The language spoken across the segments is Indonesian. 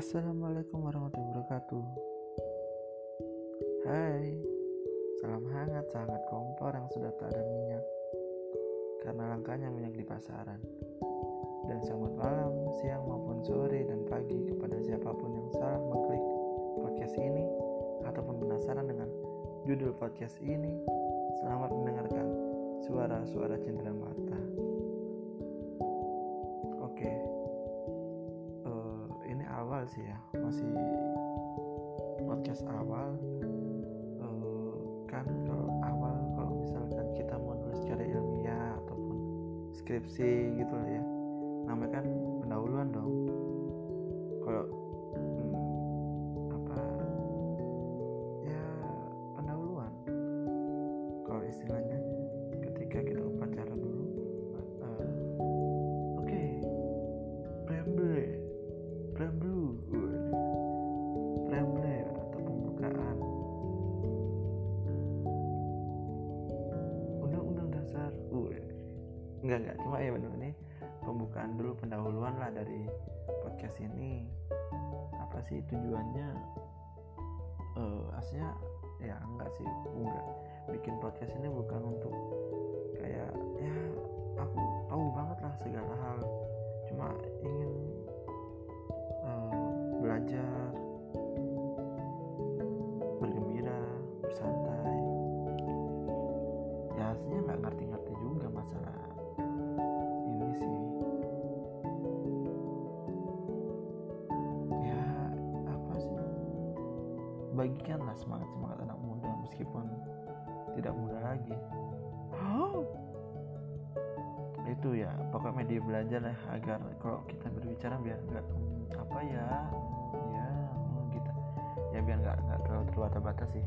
Assalamualaikum warahmatullahi wabarakatuh. Hai, salam hangat sahabat kompor yang sudah tak ada minyak karena langkanya minyak di pasaran. Dan selamat malam, siang maupun sore dan pagi kepada siapapun yang salah mengklik podcast ini ataupun penasaran dengan judul podcast ini. Selamat mendengarkan suara-suara cendera mata. Oke, ini awal sih ya, masih podcast awal. Kan kalau misalkan kita mau nulis secara ilmiah ataupun skripsi gitu lah ya, namanya kan pendahuluan dong. Kalau pendahuluan, kalau istilahnya ketika kita upacara dulu, oke, preamble atau pembukaan Undang-Undang Dasar. Enggak, cuma ya benar ini pembukaan dulu, pendahuluan lah dari podcast ini. Apa sih tujuannya? Aslinya ya enggak bikin podcast ini bukan untuk kayak ya aku tahu banget lah segala hal, cuma ingin belajar, bergembira, bersantai. Ya aslinya nggak ngerti juga masalah ini sih. Ya apa sih, bagikanlah semangat anak muda meskipun tidak muda lagi. Itu ya pokoknya media belajar lah, agar kalau kita berbicara biar nggak gitu ya, biar nggak terlalu terbata-bata sih.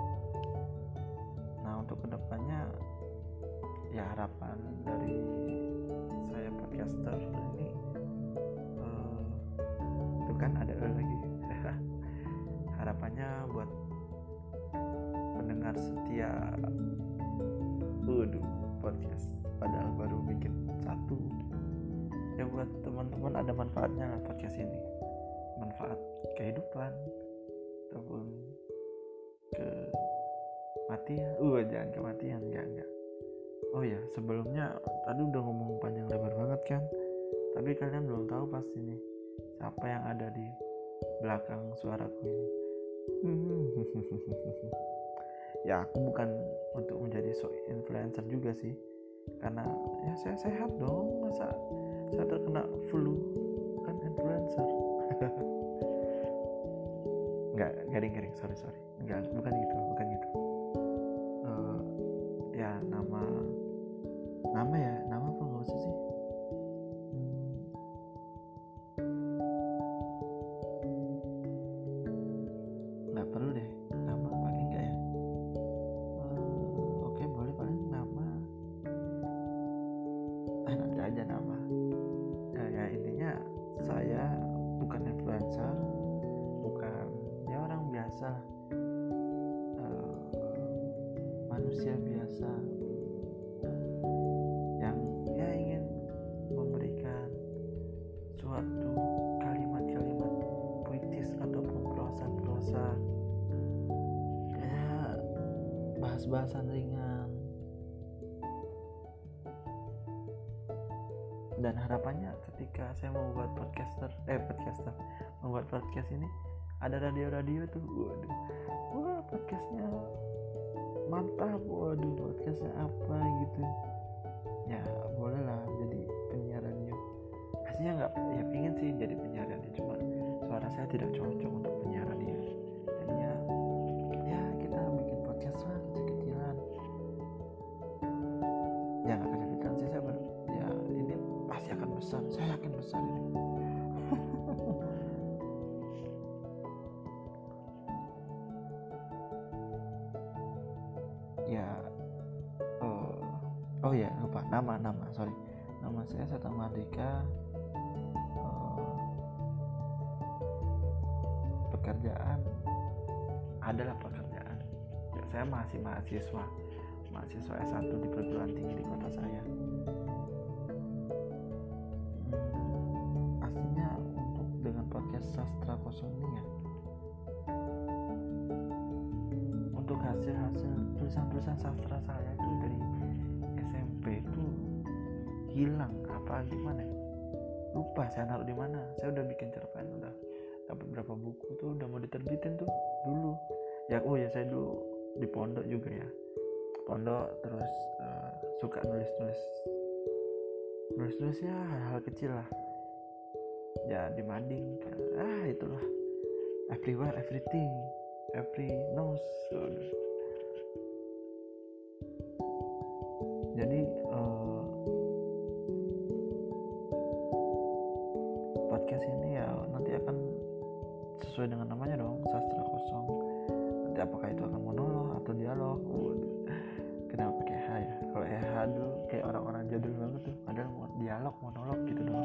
Nah untuk kedepannya ya harapan dari saya podcaster ini itu kan ada lagi harapannya buat pendengar setia podcast, padahal baru bikin satu ya, buat teman-teman ada manfaatnya lah podcast ini, manfaat kehidupan ataupun kematian. Jangan kematian, enggak. Oh ya, sebelumnya tadi udah ngomong panjang lebar banget kan, tapi kalian belum tahu pasti nih siapa yang ada di belakang suaraku ini. Ya aku bukan untuk menjadi influencer juga sih, karena ya saya sehat dong, masa saya terkena flu kan influencer. Enggak, garing, sorry, enggak, bukan gitu. Ya nama apa nggak usah sih. Nggak perlu deh nama, pakai enggak ya. Oke, boleh paling nama, nanti aja nama. Ya intinya saya bukan influencer, bukan ya orang biasa, manusia biasa yang ya ingin memberikan suatu kalimat-kalimat puitis ataupun prosa ya, bahas-bahasan ringan. Dan harapannya ketika saya membuat membuat podcast ini, ada radio tuh, wah podcastnya mantap, podcastnya apa gitu ya, boleh lah jadi penyiar radio. Aslinya nggak ya pingin sih jadi penyiar radio, cuma suara saya tidak cocok untuk penyiar radio. Jadi ya kita bikin podcast lah kecil-kecilan. Ya nggak kecil-kecilan sih, ya ini pasti akan besar, saya yakin besar ini. Ya oh ya lupa nama saya Seta Mardika. Pekerjaan adalah pekerjaan ya, saya masih mahasiswa S1 di perguruan tinggi di kota saya. Aslinya untuk dengan podcast Sastra Kosong ini ya, untuk hasil tulisan sastra saya itu dari SMP itu hilang apa gimana ya? Lupa saya naruh di mana. Saya udah bikin cerpen, udah dapat berapa buku tuh, udah mau diterbitin tuh dulu ya. Saya dulu di pondok juga ya, pondok terus suka nulis ya, hal-hal kecil lah ya, di mading itulah, everywhere everything every knows. Jadi podcast ini ya nanti akan sesuai dengan namanya dong, Sastra Kosong. Nanti apakah itu akan monolog atau dialog? Kenapa pakai H ya? Kalau H dulu kayak orang-orang jadul banget tuh, padahal dialog monolog gitu dong.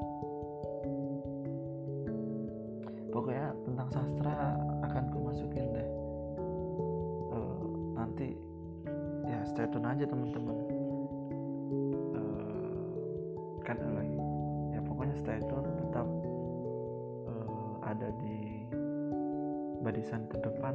Pokoknya tentang sastra akan ku masukin deh. Nanti ya stay tune aja teman-teman. Kan lagi ya, pokoknya stay tune, tetap ada di barisan terdepan.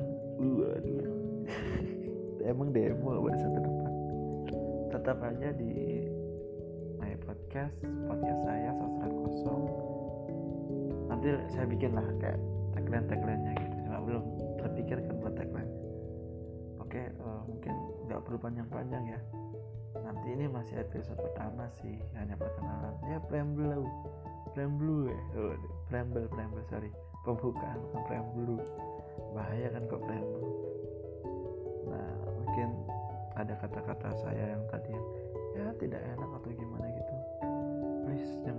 Emang demo barisan terdepan. Tetap aja di my podcast saya Sastra Kosong. Nanti saya bikin lah kayak tagline-nya gitu. Cuma belum terpikir kan buat tagline. Oke, mungkin nggak perlu panjang-panjang ya. Nanti ini masih episode pertama sih, hanya perkenalan ya, preamble ya, preamble sorry, pembukaan bukan preamble, bahaya kan kok preamble. Nah mungkin ada kata-kata saya yang tadi ya tidak enak atau gimana gitu, please jangan